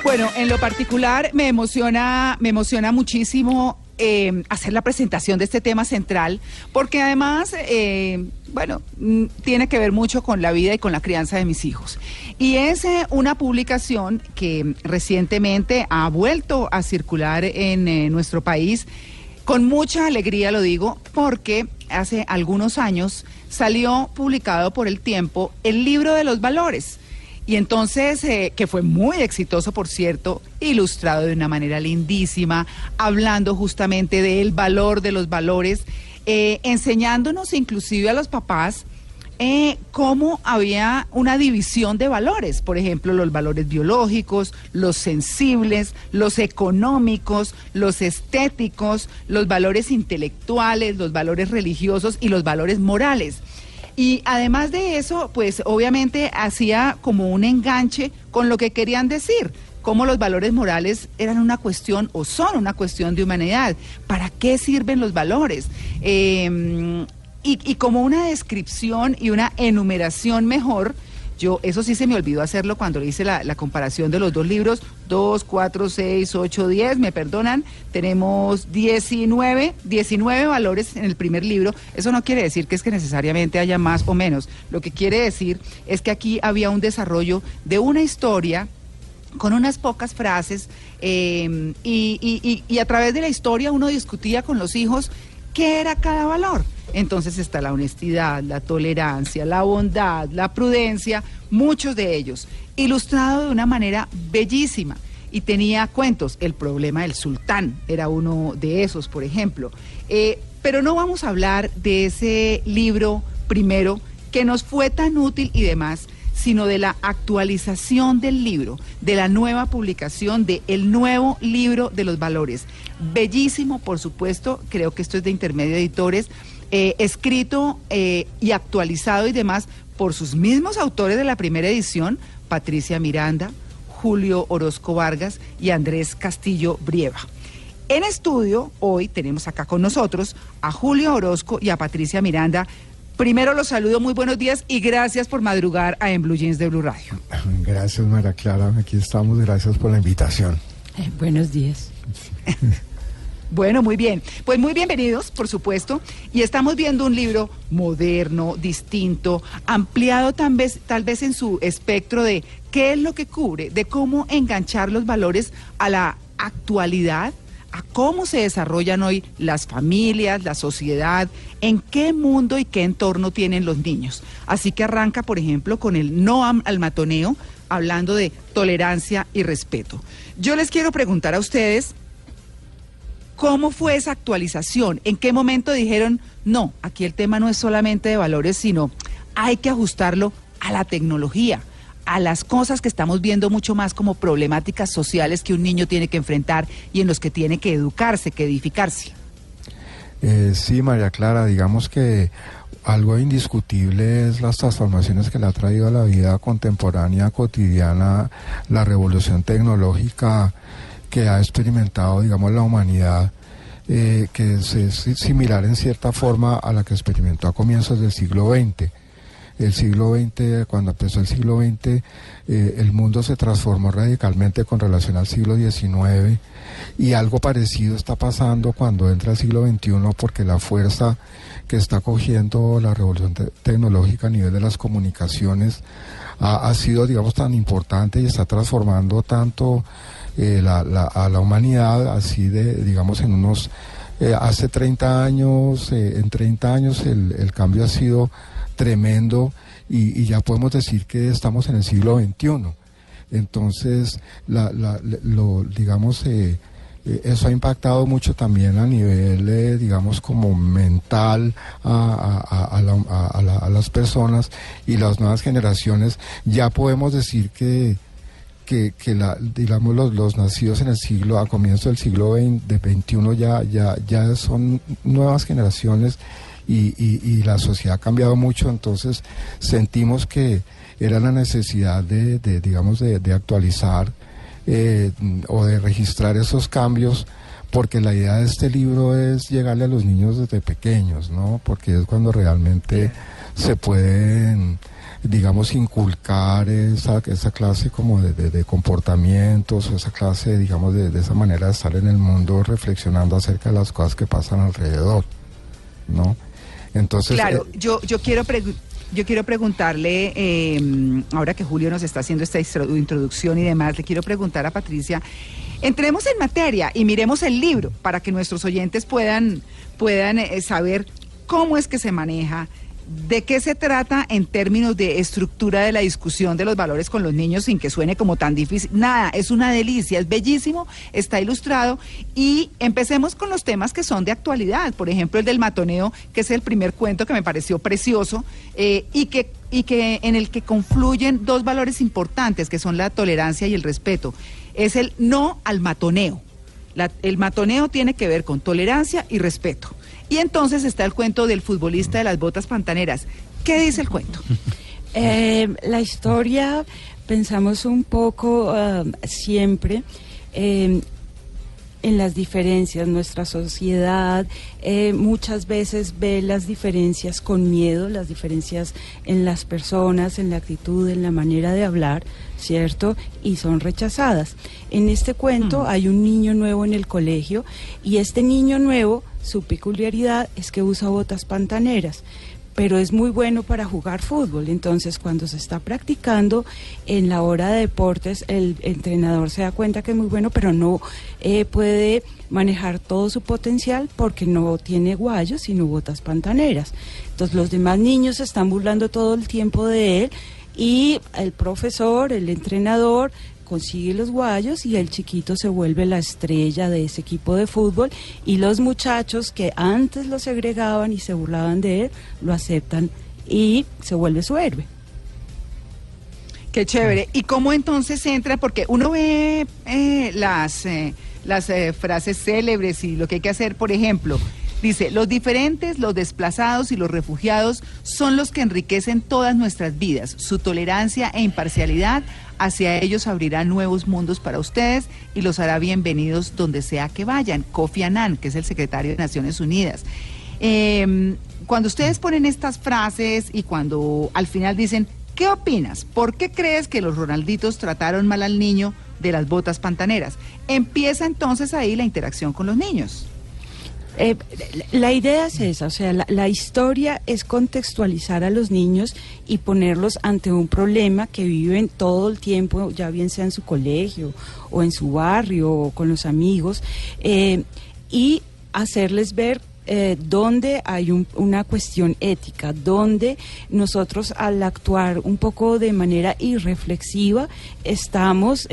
Bueno, en lo particular me emociona muchísimo hacer la presentación de este tema central, porque además, tiene que ver mucho con la vida y con la crianza de mis hijos. Y es una publicación que recientemente ha vuelto a circular en nuestro país, con mucha alegría lo digo, porque hace algunos años salió publicado por El Tiempo el libro de los valores. Y entonces, que fue muy exitoso, por cierto, ilustrado de una manera lindísima, hablando justamente del valor de los valores, enseñándonos inclusive a los papás cómo había una división de valores. Por ejemplo, los valores biológicos, los sensibles, los económicos, los estéticos, los valores intelectuales, los valores religiosos y los valores morales. Y además de eso, pues obviamente hacía como un enganche con lo que querían decir, cómo los valores morales eran una cuestión o son una cuestión de humanidad. ¿Para qué sirven los valores? Y como una descripción y una enumeración mejor. Eso sí se me olvidó hacerlo cuando le hice la comparación de los dos libros, 2, 4, 6, 8, 10, me perdonan, tenemos 19 valores en el primer libro. Eso no quiere decir que es que necesariamente haya más o menos, lo que quiere decir es que aquí había un desarrollo de una historia con unas pocas frases y a través de la historia uno discutía con los hijos qué era cada valor. Entonces está la honestidad, la tolerancia, la bondad, la prudencia, muchos de ellos, ilustrado de una manera bellísima. Y tenía cuentos, el problema del sultán era uno de esos, por ejemplo. Pero no vamos a hablar de ese libro primero, que nos fue tan útil y demás, sino de la actualización del libro, de la nueva publicación del nuevo libro de los valores. Bellísimo, por supuesto, creo que esto es de Intermedio Editores, escrito y actualizado y demás por sus mismos autores de la primera edición, Patricia Miranda, Julio Orozco Vargas y Andrés Castillo Brieva. En estudio, hoy tenemos acá con nosotros a Julio Orozco y a Patricia Miranda. Primero los saludo, muy buenos días y gracias por madrugar a En Blue Jeans de Blue Radio. Gracias, María Clara, aquí estamos, gracias por la invitación. Buenos días. Sí. Bueno, muy bien. Pues muy bienvenidos, por supuesto. Y estamos viendo un libro moderno, distinto, ampliado tal vez en su espectro de qué es lo que cubre, de cómo enganchar los valores a la actualidad, a cómo se desarrollan hoy las familias, la sociedad, en qué mundo y qué entorno tienen los niños. Así que arranca, por ejemplo, con el no al matoneo, hablando de tolerancia y respeto. Yo les quiero preguntar a ustedes, ¿cómo fue esa actualización? ¿En qué momento dijeron, no, aquí el tema no es solamente de valores, sino hay que ajustarlo a la tecnología, a las cosas que estamos viendo mucho más como problemáticas sociales que un niño tiene que enfrentar y en los que tiene que educarse, que edificarse? Sí, María Clara, digamos que algo indiscutible es las transformaciones que le ha traído a la vida contemporánea, cotidiana, la revolución tecnológica que ha experimentado, digamos, la humanidad, que es similar en cierta forma a la que experimentó a comienzos del siglo XX. El siglo XX, cuando empezó el siglo XX, el mundo se transformó radicalmente con relación al siglo XIX, y algo parecido está pasando cuando entra el siglo XXI, porque la fuerza que está cogiendo la revolución tecnológica a nivel de las comunicaciones ha sido, digamos, tan importante y está transformando tanto a la humanidad, así digamos, en unos, hace 30 años, en 30 años el cambio ha sido tremendo y ya podemos decir que estamos en el siglo XXI. Entonces, digamos, eso ha impactado mucho también a nivel, digamos, como mental a las personas y las nuevas generaciones. Ya podemos decir que digamos los nacidos en el siglo, a comienzo del siglo XXI ya son nuevas generaciones y la sociedad ha cambiado mucho, entonces sentimos que era la necesidad de actualizar o de registrar esos cambios, porque la idea de este libro es llegarle a los niños desde pequeños, ¿no? Porque es cuando realmente se pueden digamos, inculcar esa clase como de comportamientos, esa clase, digamos, de esa manera de estar en el mundo reflexionando acerca de las cosas que pasan alrededor, ¿no? Entonces, claro, yo quiero preguntarle, ahora que Julio nos está haciendo esta introducción y demás, le quiero preguntar a Patricia, entremos en materia y miremos el libro para que nuestros oyentes puedan saber cómo es que se maneja, de qué se trata en términos de estructura de la discusión de los valores con los niños sin que suene como tan difícil. Nada, es una delicia, es bellísimo, está ilustrado y empecemos con los temas que son de actualidad. Por ejemplo, el del matoneo, que es el primer cuento que me pareció precioso y que en el que confluyen dos valores importantes que son la tolerancia y el respeto. Es el no al matoneo. El matoneo tiene que ver con tolerancia y respeto. Y entonces está el cuento del futbolista de las botas pantaneras. ¿Qué dice el cuento? La historia, pensamos un poco siempre en las diferencias. Nuestra sociedad muchas veces ve las diferencias con miedo, las diferencias en las personas, en la actitud, en la manera de hablar, ¿cierto? Y son rechazadas. En este cuento hay un niño nuevo en el colegio y este niño nuevo, su peculiaridad es que usa botas pantaneras, pero es muy bueno para jugar fútbol. Entonces, cuando se está practicando en la hora de deportes, el entrenador se da cuenta que es muy bueno, pero no puede manejar todo su potencial porque no tiene guayos, sino botas pantaneras. Entonces, los demás niños se están burlando todo el tiempo de él y el profesor, el entrenador, consigue los guayos y el chiquito se vuelve la estrella de ese equipo de fútbol y los muchachos que antes lo segregaban y se burlaban de él, lo aceptan y se vuelve su héroe. Qué chévere. ¿Y cómo entonces entra? Porque uno ve las frases célebres y lo que hay que hacer, por ejemplo, dice, los diferentes, los desplazados y los refugiados son los que enriquecen todas nuestras vidas. Su tolerancia e imparcialidad hacia ellos abrirá nuevos mundos para ustedes y los hará bienvenidos donde sea que vayan. Kofi Annan, que es el secretario de Naciones Unidas. Cuando ustedes ponen estas frases y cuando al final dicen, ¿qué opinas? ¿Por qué crees que los Ronalditos trataron mal al niño de las botas pantaneras? Empieza entonces ahí la interacción con los niños. La idea es esa, o sea, la historia es contextualizar a los niños y ponerlos ante un problema que viven todo el tiempo, ya bien sea en su colegio o en su barrio o con los amigos, y hacerles ver donde hay una cuestión ética, donde nosotros al actuar un poco de manera irreflexiva estamos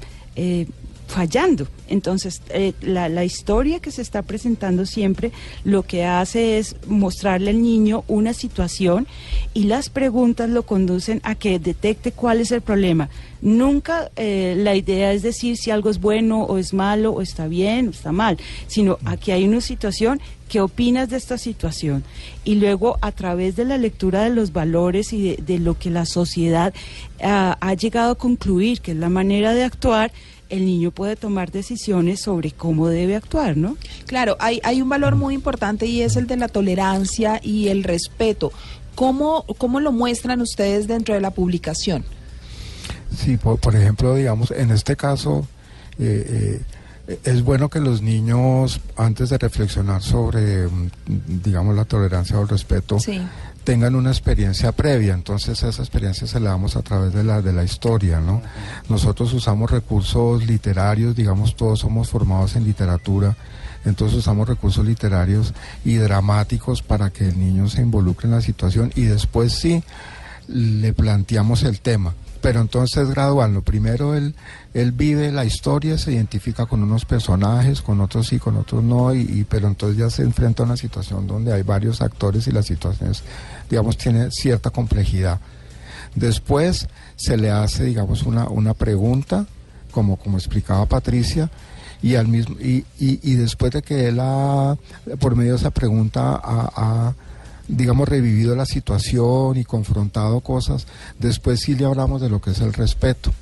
fallando. Entonces, la historia que se está presentando siempre lo que hace es mostrarle al niño una situación y las preguntas lo conducen a que detecte cuál es el problema. Nunca la idea es decir si algo es bueno o es malo o está bien o está mal, sino aquí hay una situación, ¿qué opinas de esta situación? Y luego a través de la lectura de los valores y de lo que la sociedad ha llegado a concluir, que es la manera de actuar, el niño puede tomar decisiones sobre cómo debe actuar, ¿no? Claro, hay un valor muy importante y es el de la tolerancia y el respeto. ¿Cómo lo muestran ustedes dentro de la publicación? Sí, por ejemplo, digamos, en este caso, es bueno que los niños, antes de reflexionar sobre, digamos, la tolerancia o el respeto, sí, tengan una experiencia previa. Entonces esa experiencia se la damos a través de la historia, ¿no? Nosotros usamos recursos literarios, digamos, todos somos formados en literatura, entonces usamos recursos literarios y dramáticos para que el niño se involucre en la situación y después sí le planteamos el tema. Pero entonces es gradual, lo primero él vive la historia, se identifica con unos personajes, con otros sí, con otros no, pero entonces ya se enfrenta a una situación donde hay varios actores y las situaciones, digamos, tiene cierta complejidad. Después se le hace, digamos, una pregunta, como explicaba Patricia, y después de que él por medio de esa pregunta digamos, revivido la situación y confrontado cosas, después sí le hablamos de lo que es el respeto.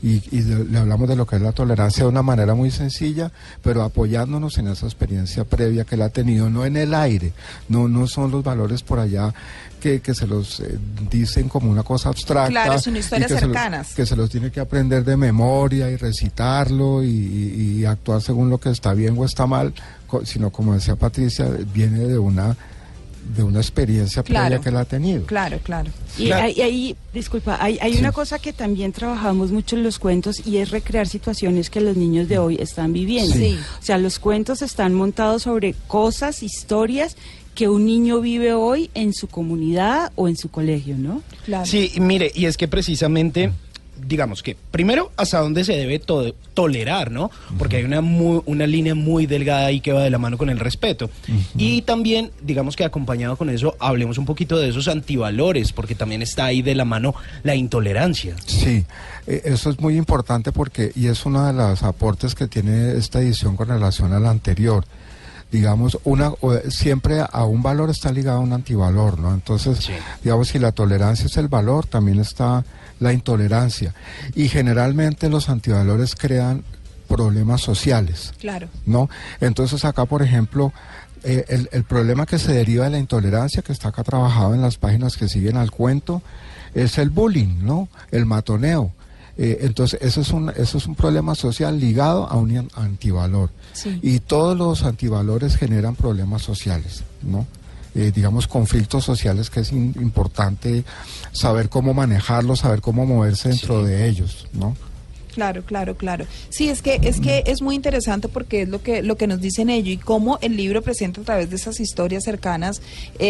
le hablamos de lo que es la tolerancia de una manera muy sencilla, pero apoyándonos en esa experiencia previa que él ha tenido, no en el aire, no son los valores por allá que se los dicen como una cosa abstracta. Claro, son historias cercanas. Que se los tiene que aprender de memoria y recitarlo y actuar según lo que está bien o está mal, sino como decía Patricia, viene de una experiencia previa que él ha tenido. Claro. Y ahí, disculpa, hay una cosa que también trabajamos mucho en los cuentos y es recrear situaciones que los niños de hoy están viviendo. Sí. O sea, los cuentos están montados sobre cosas, historias que un niño vive hoy en su comunidad o en su colegio, ¿no? Claro. Sí, mire, y es que precisamente, digamos que primero hasta dónde se debe tolerar, ¿no? Porque hay una línea muy delgada ahí que va de la mano con el respeto. Y también, digamos que acompañado con eso, hablemos un poquito de esos antivalores, porque también está ahí de la mano la intolerancia. Sí, eso es muy importante porque, y es uno de los aportes que tiene esta edición con relación a la anterior. Digamos, siempre a un valor está ligado a un antivalor, ¿no? Entonces, sí, digamos, si la tolerancia es el valor, también está la intolerancia. Y generalmente los antivalores crean problemas sociales. Claro. ¿No? Entonces acá, por ejemplo, el problema que se deriva de la intolerancia, que está acá trabajado en las páginas que siguen al cuento, es el bullying, ¿no? El matoneo. Entonces eso es un problema social ligado a un antivalor. Sí. Y todos los antivalores generan problemas sociales, ¿no? Digamos, conflictos sociales que es importante saber cómo manejarlos, saber cómo moverse dentro de ellos, ¿no? Claro. Sí, es que es muy interesante porque es lo que nos dicen ellos y cómo el libro presenta a través de esas historias cercanas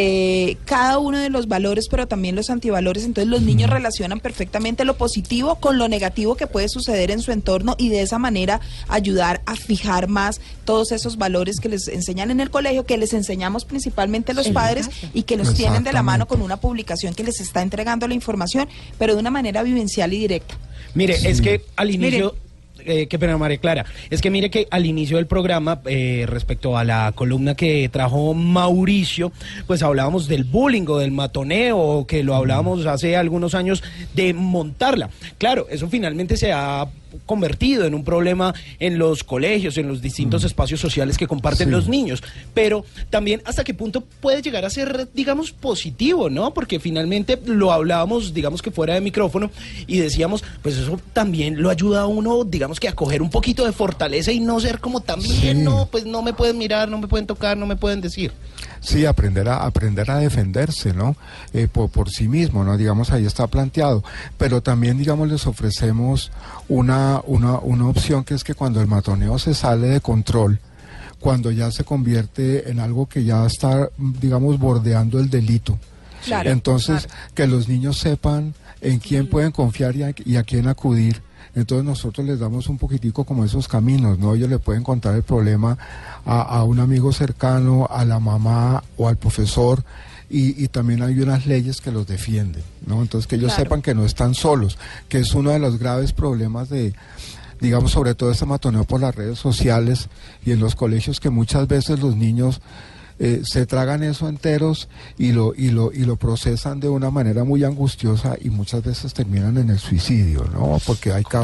cada uno de los valores, pero también los antivalores. Entonces los niños relacionan perfectamente lo positivo con lo negativo que puede suceder en su entorno y de esa manera ayudar a fijar más todos esos valores que les enseñan en el colegio, que les enseñamos principalmente los padres y que los tienen de la mano con una publicación que les está entregando la información, pero de una manera vivencial y directa. Mire, Sí. es que al inicio... qué pena, María Clara. Es que mire que al inicio del programa, respecto a la columna que trajo Mauricio, pues hablábamos del bullying o del matoneo, que lo hablábamos hace algunos años de montarla. Claro, eso finalmente se ha convertido en un problema en los colegios, en los distintos espacios sociales que comparten los niños, pero también hasta qué punto puede llegar a ser, digamos, positivo, ¿no? Porque finalmente lo hablábamos, digamos que fuera de micrófono, y decíamos, pues eso también lo ayuda a uno, digamos que a coger un poquito de fortaleza y no ser como también, no, pues no me pueden mirar, no me pueden tocar, no me pueden decir. Sí, aprender a defenderse, ¿no? Por sí mismo, ¿no? Digamos, ahí está planteado. Pero también, digamos, les ofrecemos una opción que es que cuando el matoneo se sale de control, cuando ya se convierte en algo que ya está, digamos, bordeando el delito. Claro, entonces, que los niños sepan en quién pueden confiar y a quién acudir. Entonces nosotros les damos un poquitico como esos caminos, ¿no? Ellos le pueden contar el problema a un amigo cercano, a la mamá o al profesor, y también hay unas leyes que los defienden, ¿no? Entonces que ellos sepan que no están solos, que es uno de los graves problemas de, digamos, sobre todo este matoneo por las redes sociales y en los colegios, que muchas veces los niños se tragan eso enteros y lo procesan de una manera muy angustiosa y muchas veces terminan en el suicidio, ¿no? Porque hay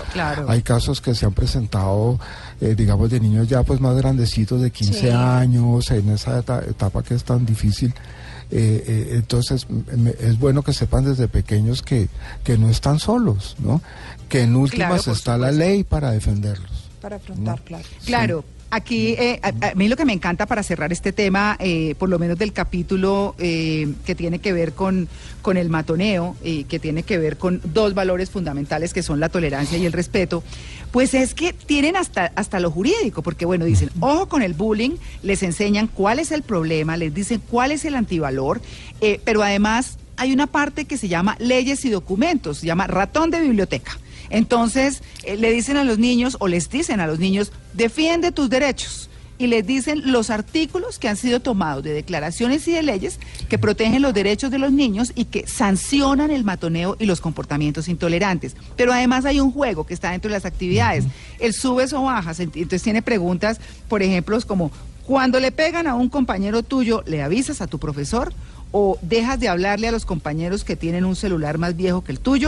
casos que se han presentado, digamos, de niños ya pues más grandecitos de 15 años, en esa etapa que es tan difícil. Entonces es bueno que sepan desde pequeños que no están solos, ¿no? Que en últimas está la ley para defenderlos. Para afrontar, ¿no? Claro. Aquí, a mí lo que me encanta para cerrar este tema, por lo menos del capítulo que tiene que ver con el matoneo, que tiene que ver con dos valores fundamentales que son la tolerancia y el respeto, pues es que tienen hasta lo jurídico, porque bueno, dicen, ojo con el bullying, les enseñan cuál es el problema, les dicen cuál es el antivalor, pero además hay una parte que se llama leyes y documentos, se llama ratón de biblioteca. Entonces, le dicen a los niños, o les dicen a los niños, defiende tus derechos. Y les dicen los artículos que han sido tomados de declaraciones y de leyes que protegen los derechos de los niños y que sancionan el matoneo y los comportamientos intolerantes. Pero además hay un juego que está dentro de las actividades. El subes o bajas, entonces tiene preguntas, por ejemplo, como, cuando le pegan a un compañero tuyo, ¿le avisas a tu profesor? ¿O dejas de hablarle a los compañeros que tienen un celular más viejo que el tuyo?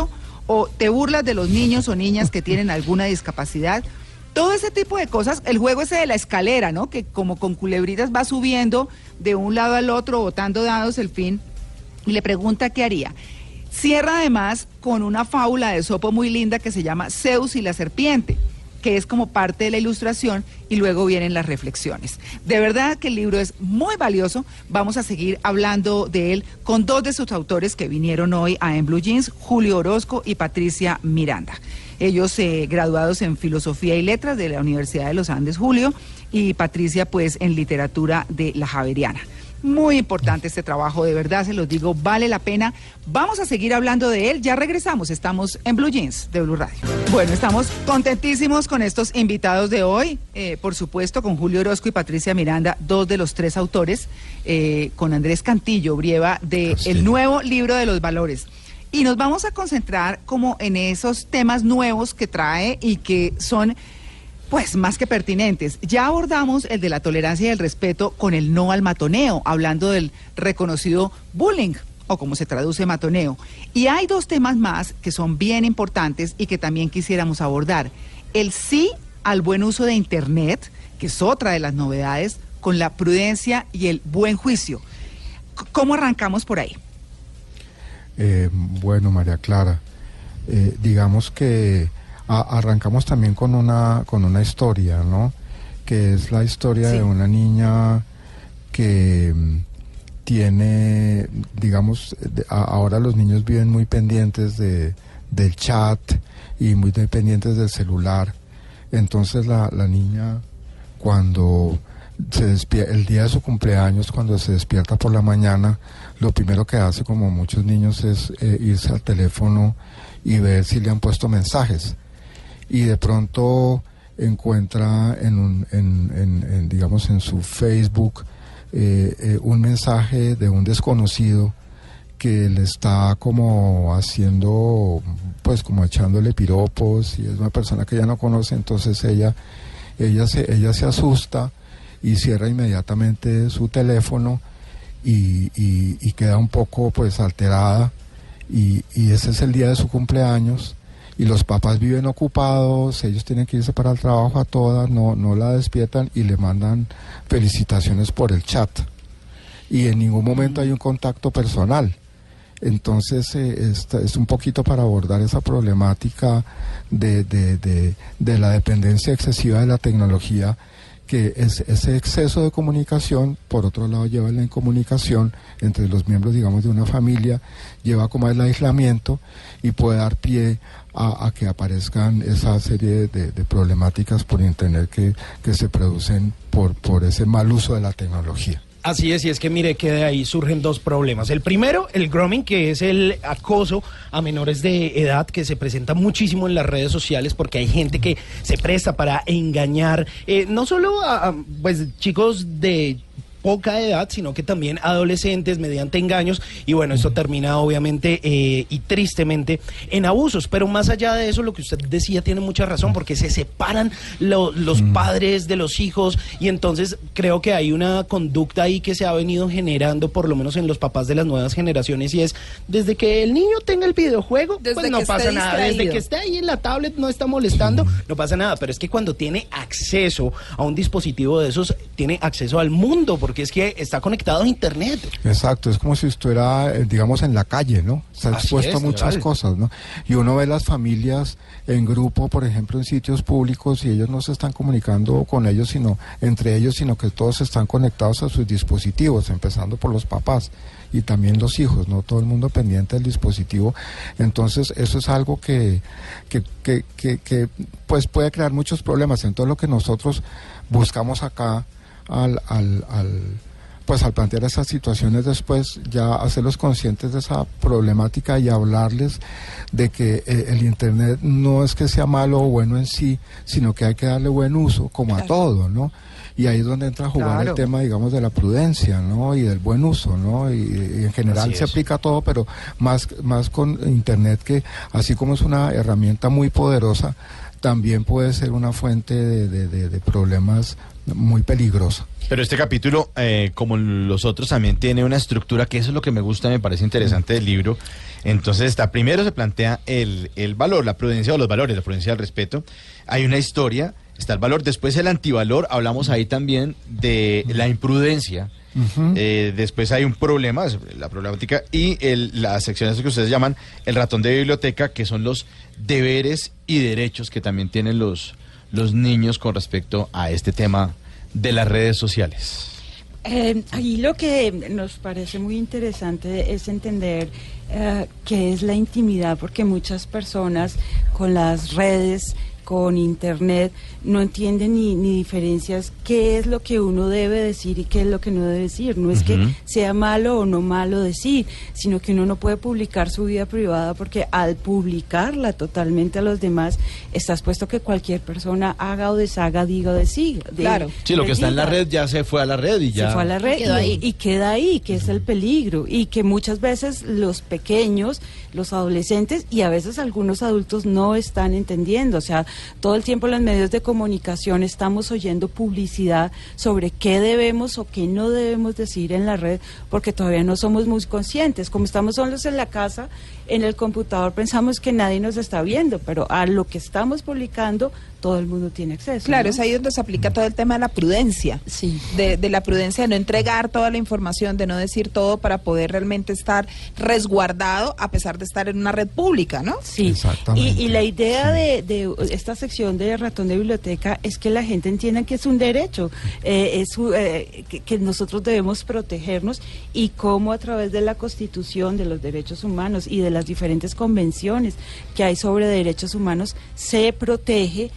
o te burlas de los niños o niñas que tienen alguna discapacidad. Todo ese tipo de cosas, el juego ese de la escalera, ¿no? Que como con culebritas va subiendo de un lado al otro, botando dados, el fin, y le pregunta qué haría. Cierra además con una fábula de Esopo muy linda que se llama Zeus y la serpiente, que es como parte de la ilustración, y luego vienen las reflexiones. De verdad que el libro es muy valioso. Vamos a seguir hablando de él con dos de sus autores que vinieron hoy a En Blue Jeans, Julio Orozco y Patricia Miranda. Ellos graduados en Filosofía y Letras de la Universidad de los Andes, Julio, y Patricia pues en Literatura de la Javeriana. Muy importante este trabajo, de verdad, se los digo, vale la pena. Vamos a seguir hablando de él, ya regresamos, estamos en Blue Jeans de Blue Radio. Bueno, estamos contentísimos con estos invitados de hoy, por supuesto, con Julio Orozco y Patricia Miranda, dos de los tres autores, con Andrés Cantillo Brieva, de el nuevo libro de los valores. Y nos vamos a concentrar como en esos temas nuevos que trae y que son pues más que pertinentes. Ya abordamos el de la tolerancia y el respeto con el no al matoneo, hablando del reconocido bullying, o como se traduce matoneo. Y hay dos temas más que son bien importantes y que también quisiéramos abordar. El sí al buen uso de Internet, que es otra de las novedades, con la prudencia y el buen juicio. ¿Cómo arrancamos por ahí? Bueno, María Clara, digamos que arrancamos también con una historia, ¿no? Que es la historia de una niña que tiene, digamos, ahora los niños viven muy pendientes del chat y muy dependientes del celular. Entonces la niña, cuando se despierta, el día de su cumpleaños, cuando se despierta por la mañana, lo primero que hace, como muchos niños, es irse al teléfono y ver si le han puesto mensajes. Y de pronto encuentra digamos, en su Facebook un mensaje de un desconocido que le está como haciendo, pues como echándole piropos, y es una persona que ella no conoce. Entonces ella se asusta y cierra inmediatamente su teléfono y queda un poco pues alterada, y ese es el día de su cumpleaños. Y los papás viven ocupados, ellos tienen que irse para el trabajo a todas, no la despiertan y le mandan felicitaciones por el chat. Y en ningún momento hay un contacto personal. Entonces es un poquito para abordar esa problemática de la dependencia excesiva de la tecnología, que ese exceso de comunicación, por otro lado, lleva la incomunicación entre los miembros, digamos, de una familia, lleva como el aislamiento y puede dar pie a que aparezcan esa serie de problemáticas por Internet que se producen por ese mal uso de la tecnología. Así es, y es que mire que de ahí surgen dos problemas. El primero, el grooming, que es el acoso a menores de edad, que se presenta muchísimo en las redes sociales, porque hay gente que se presta para engañar, no solo a pues chicos de poca edad, sino que también adolescentes mediante engaños, y bueno, esto termina obviamente y tristemente en abusos. Pero más allá de eso, lo que usted decía tiene mucha razón, porque se separan los padres de los hijos, y entonces creo que hay una conducta ahí que se ha venido generando, por lo menos en los papás de las nuevas generaciones, y es, desde que el niño tenga el videojuego, pues no pasa nada, desde que esté ahí en la tablet no está molestando, no pasa nada. Pero es que cuando tiene acceso a un dispositivo de esos, tiene acceso al mundo, porque es que está conectado a Internet. Exacto, es como si estuviera, digamos, en la calle, ¿no? Está expuesto a muchas cosas, ¿no? Y uno ve las familias en grupo, por ejemplo, en sitios públicos, y ellos no se están comunicando con ellos, sino entre ellos, sino que todos están conectados a sus dispositivos, empezando por los papás y también los hijos, ¿no? Todo el mundo pendiente del dispositivo. Entonces, eso es algo que pues puede crear muchos problemas. Entonces, lo que nosotros buscamos acá pues al plantear esas situaciones, después ya hacerlos conscientes de esa problemática y hablarles de que el Internet no es que sea malo o bueno en sí, sino que hay que darle buen uso, como a todo, ¿no? Y ahí es donde entra a jugar el tema, digamos, de la prudencia, ¿no? Y del buen uso, ¿no? Y en general se aplica a todo, pero más con Internet, que así como es una herramienta muy poderosa, también puede ser una fuente de problemas muy peligrosa. Pero este capítulo, como los otros, también tiene una estructura que eso es lo que me gusta, me parece interesante del libro. Entonces, primero se plantea el valor, la prudencia o los valores, la prudencia del respeto. Hay una historia, está el valor, después el antivalor, hablamos ahí también de la imprudencia. Después hay un problema, la problemática, y las secciones que ustedes llaman el ratón de biblioteca, que son los deberes y derechos que también tienen los niños con respecto a este tema de las redes sociales. Ahí lo que nos parece muy interesante es entender qué es la intimidad, porque muchas personas con las redes, con internet, no entienden ni diferencias qué es lo que uno debe decir y qué es lo que no debe decir. No es que sea malo o no malo decir, sino que uno no puede publicar su vida privada, porque al publicarla totalmente a los demás, está expuesto que cualquier persona haga o deshaga, diga o decida. Claro. Sí, lo que está en la red ya se fue a la red y ya... Se fue a la red y queda ahí, que es el peligro. Y que muchas veces los pequeños, los adolescentes y a veces algunos adultos no están entendiendo. O sea, todo el tiempo en los medios de comunicación estamos oyendo publicidad sobre qué debemos o qué no debemos decir en la red, porque todavía no somos muy conscientes. Como estamos solos en la casa, en el computador, pensamos que nadie nos está viendo, pero a lo que estamos publicando todo el mundo tiene acceso. Claro, ¿no? es ahí donde se aplica todo el tema de la prudencia. Sí. De la prudencia de no entregar toda la información, de no decir todo para poder realmente estar resguardado a pesar de estar en una red pública, ¿no? Sí, exactamente. Y la idea de esta sección de Ratón de Biblioteca es que la gente entienda que es un derecho, que nosotros debemos protegernos, y cómo a través de la Constitución, de los derechos humanos y de las diferentes convenciones que hay sobre derechos humanos se protege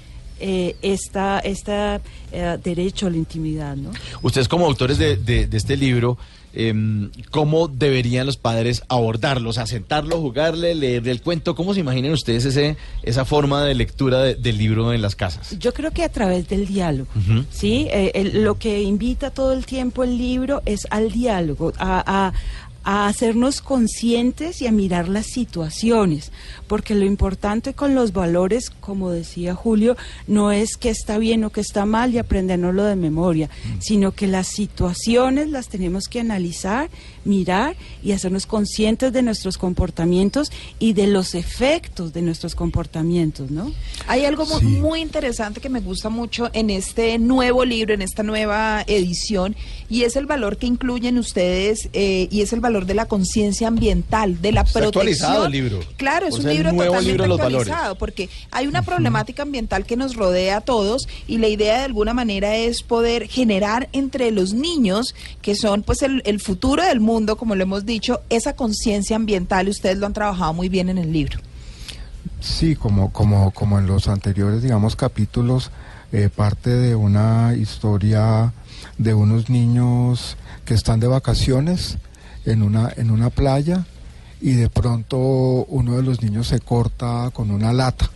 derecho a la intimidad, ¿no? Ustedes como autores de este libro, ¿cómo deberían los padres abordarlo? O sea, sentarlo, jugarle, leerle el cuento. ¿Cómo se imaginan ustedes esa forma de lectura del libro en las casas? Yo creo que a través del diálogo, ¿sí? Lo que invita todo el tiempo el libro es al diálogo, a hacernos conscientes y a mirar las situaciones, porque lo importante con los valores, como decía Julio, no es que está bien o que está mal y aprendérnoslo de memoria, sino que las situaciones las tenemos que analizar, mirar y hacernos conscientes de nuestros comportamientos y de los efectos de nuestros comportamientos, ¿no? Hay algo muy interesante que me gusta mucho en este nuevo libro, en esta nueva edición, y es el valor que incluyen ustedes, y es el valor de la conciencia ambiental, de la Está protección. actualizado el libro. Claro, es Por un ser el libro nuevo totalmente libro de los actualizado, valores. porque hay una problemática ambiental que nos rodea a todos, y la idea de alguna manera es poder generar entre los niños, que son pues el futuro del mundo, como lo hemos dicho, esa conciencia ambiental, y ustedes lo han trabajado muy bien en el libro. Sí, como en los anteriores, digamos, capítulos, parte de una historia de unos niños que están de vacaciones en una playa, y de pronto uno de los niños se corta con una lata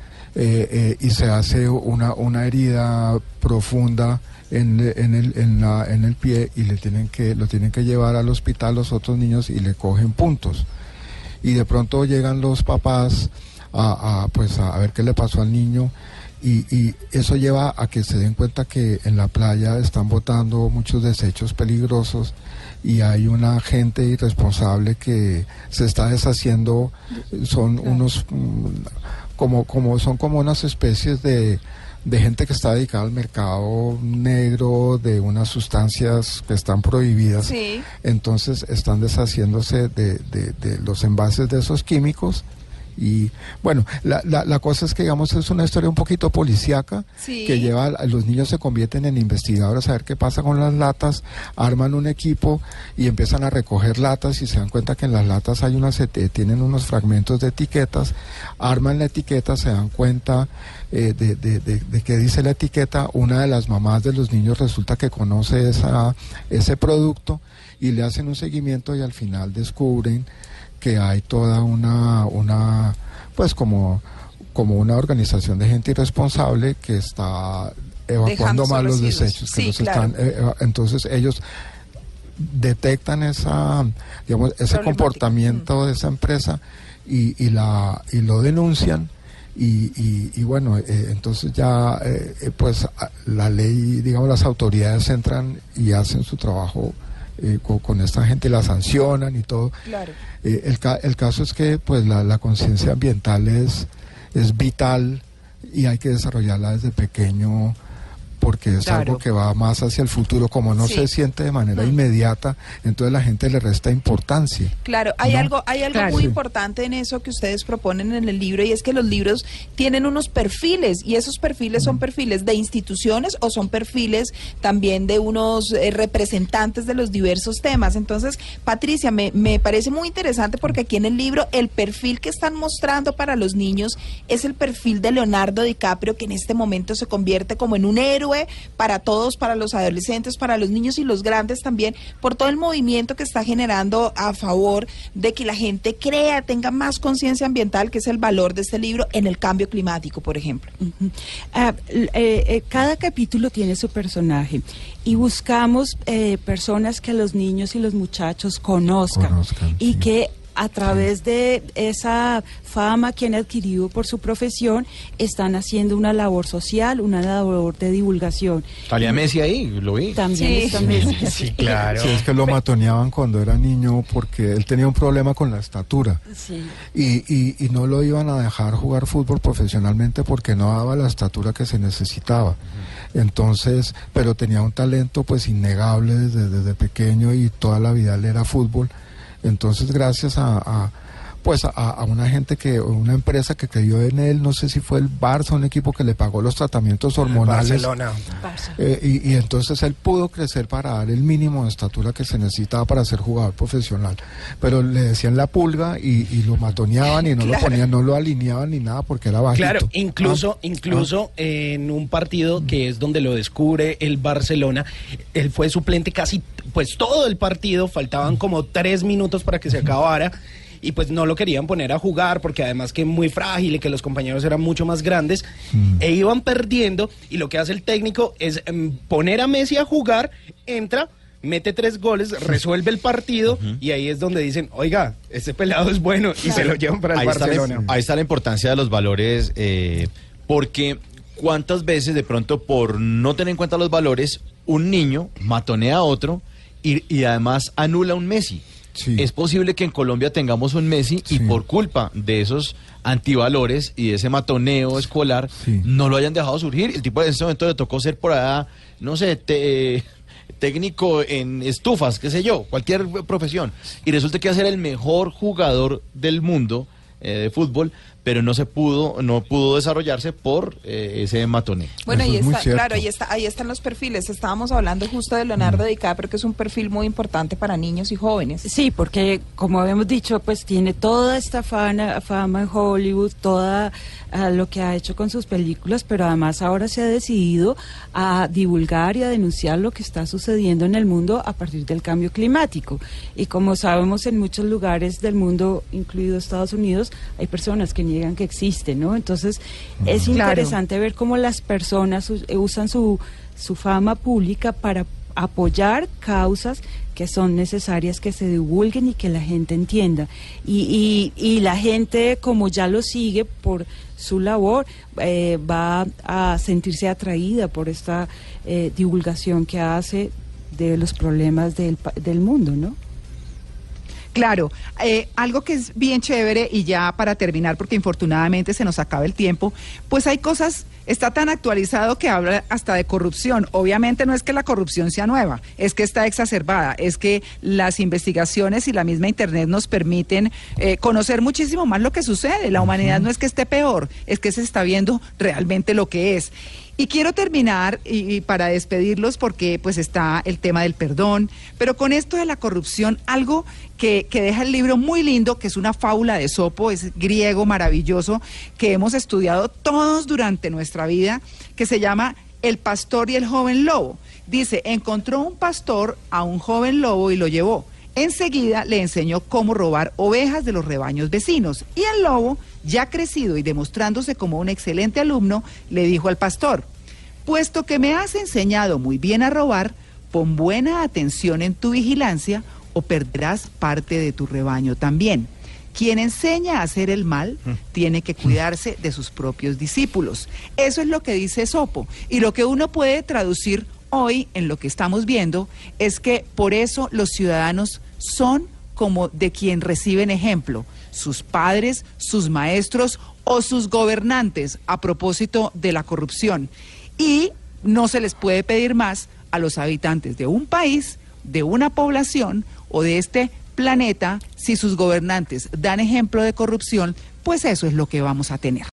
y se hace una herida profunda en el pie, y lo tienen que llevar al hospital los otros niños y le cogen puntos. Y de pronto llegan los papás a ver qué le pasó al niño, y eso lleva a que se den cuenta que en la playa están botando muchos desechos peligrosos, y hay una gente irresponsable que se está deshaciendo. Son unos son como unas especies de gente que está dedicada al mercado negro de unas sustancias que están prohibidas. Sí. Entonces están deshaciéndose de los envases de esos químicos. Y bueno, la cosa es que, digamos, es una historia un poquito policíaca, Sí. que lleva a los niños se convierten en investigadores a ver qué pasa con las latas, arman un equipo y empiezan a recoger latas, y se dan cuenta que en las latas hay tienen unos fragmentos de etiquetas, arman la etiqueta, se dan cuenta de qué dice la etiqueta. Una de las mamás de los niños resulta que conoce ese producto, y le hacen un seguimiento, y al final descubren que hay toda una pues como una organización de gente irresponsable que está evacuando mal los desechos, que Sí, los claro. entonces ellos detectan ese Problemática. comportamiento de esa empresa, y lo denuncian, Y bueno, entonces ya pues la ley, digamos, las autoridades entran y hacen su trabajo con esta gente, la sancionan y todo. Claro. El caso es que pues la conciencia ambiental es vital y hay que desarrollarla desde pequeño, porque es algo que va más hacia el futuro. Como no se siente de manera inmediata, entonces la gente le resta importancia. Claro, hay algo muy importante en eso que ustedes proponen en el libro, y es que los libros tienen unos perfiles, y esos perfiles son perfiles de instituciones o son perfiles también de unos representantes de los diversos temas. Entonces, Patricia, me parece muy interesante porque aquí en el libro el perfil que están mostrando para los niños es el perfil de Leonardo DiCaprio, que en este momento se convierte como en un héroe para todos, para los adolescentes, para los niños y los grandes también, por todo el movimiento que está generando a favor de que la gente crea, tenga más conciencia ambiental, que es el valor de este libro en el cambio climático, por ejemplo. Cada capítulo tiene su personaje y buscamos personas que los niños y los muchachos conozcan y que a través de esa fama que han adquirido por su profesión, están haciendo una labor social, una labor de divulgación. Salía Messi ahí, lo vi. También está Messi. Sí, claro. Sí, es que lo matoneaban cuando era niño porque él tenía un problema con la estatura. Sí. Y no lo iban a dejar jugar fútbol profesionalmente porque no daba la estatura que se necesitaba. Entonces, pero tenía un talento pues innegable desde pequeño, y toda la vida él era fútbol. Entonces, gracias a una gente una empresa que creyó en él, no sé si fue el Barça, un equipo que le pagó los tratamientos hormonales. Barcelona. Y entonces él pudo crecer para dar el mínimo de estatura que se necesitaba para ser jugador profesional. Pero le decían la pulga y lo matoneaban y no lo ponían, no lo alineaban ni nada porque era bajito. Claro, incluso en un partido que es donde lo descubre el Barcelona, él fue suplente casi pues todo el partido, faltaban como 3 minutos para que se acabara. Y pues no lo querían poner a jugar porque además que muy frágil y que los compañeros eran mucho más grandes, e iban perdiendo, y lo que hace el técnico es poner a Messi a jugar, entra, mete 3 goles, resuelve el partido, y ahí es donde dicen, oiga, este pelado es bueno, y se lo llevan para el Barcelona. Ahí está la importancia de los valores, porque cuántas veces de pronto por no tener en cuenta los valores, un niño matonea a otro y además anula un Messi. Sí. Es posible que en Colombia tengamos un Messi y por culpa de esos antivalores y de ese matoneo escolar no lo hayan dejado surgir. El tipo en ese momento le tocó ser por allá, no sé, técnico en estufas, qué sé yo, cualquier profesión. Y resulta que iba a ser el mejor jugador del mundo de fútbol, pero no pudo desarrollarse por ese matoneo. Bueno, ahí está, claro, ahí están los perfiles. Estábamos hablando justo de Leonardo DiCaprio, que es un perfil muy importante para niños y jóvenes. Sí, porque como habíamos dicho, pues tiene toda esta fama en Hollywood, toda lo que ha hecho con sus películas, pero además ahora se ha decidido a divulgar y a denunciar lo que está sucediendo en el mundo a partir del cambio climático. Y como sabemos, en muchos lugares del mundo, incluido Estados Unidos, hay personas que niegan que existe, ¿no? Entonces es interesante ver cómo las personas usan su fama pública para apoyar causas que son necesarias que se divulguen y que la gente entienda. Y la gente, como ya lo sigue por su labor, va a sentirse atraída por esta divulgación que hace de los problemas del mundo, ¿no? Claro, algo que es bien chévere, y ya para terminar, porque infortunadamente se nos acaba el tiempo, pues hay cosas, está tan actualizado que habla hasta de corrupción. Obviamente no es que la corrupción sea nueva, es que está exacerbada, es que las investigaciones y la misma Internet nos permiten conocer muchísimo más lo que sucede. La humanidad no es que esté peor, es que se está viendo realmente lo que es. Y quiero terminar, y para despedirlos, porque pues está el tema del perdón, pero con esto de la corrupción, algo que deja el libro muy lindo, que es una fábula de Esopo, es griego maravilloso, que hemos estudiado todos durante nuestra vida, que se llama El pastor y el joven lobo. Dice, encontró un pastor a un joven lobo y lo llevó. Enseguida le enseñó cómo robar ovejas de los rebaños vecinos, y el lobo, ya crecido y demostrándose como un excelente alumno, le dijo al pastor: puesto que me has enseñado muy bien a robar, pon buena atención en tu vigilancia o perderás parte de tu rebaño también. Quien enseña a hacer el mal tiene que cuidarse de sus propios discípulos. Eso es lo que dice Esopo. Y lo que uno puede traducir hoy en lo que estamos viendo es que por eso los ciudadanos son como de quien reciben ejemplo, sus padres, sus maestros o sus gobernantes a propósito de la corrupción. Y no se les puede pedir más a los habitantes de un país, de una población o de este planeta, si sus gobernantes dan ejemplo de corrupción, pues eso es lo que vamos a tener.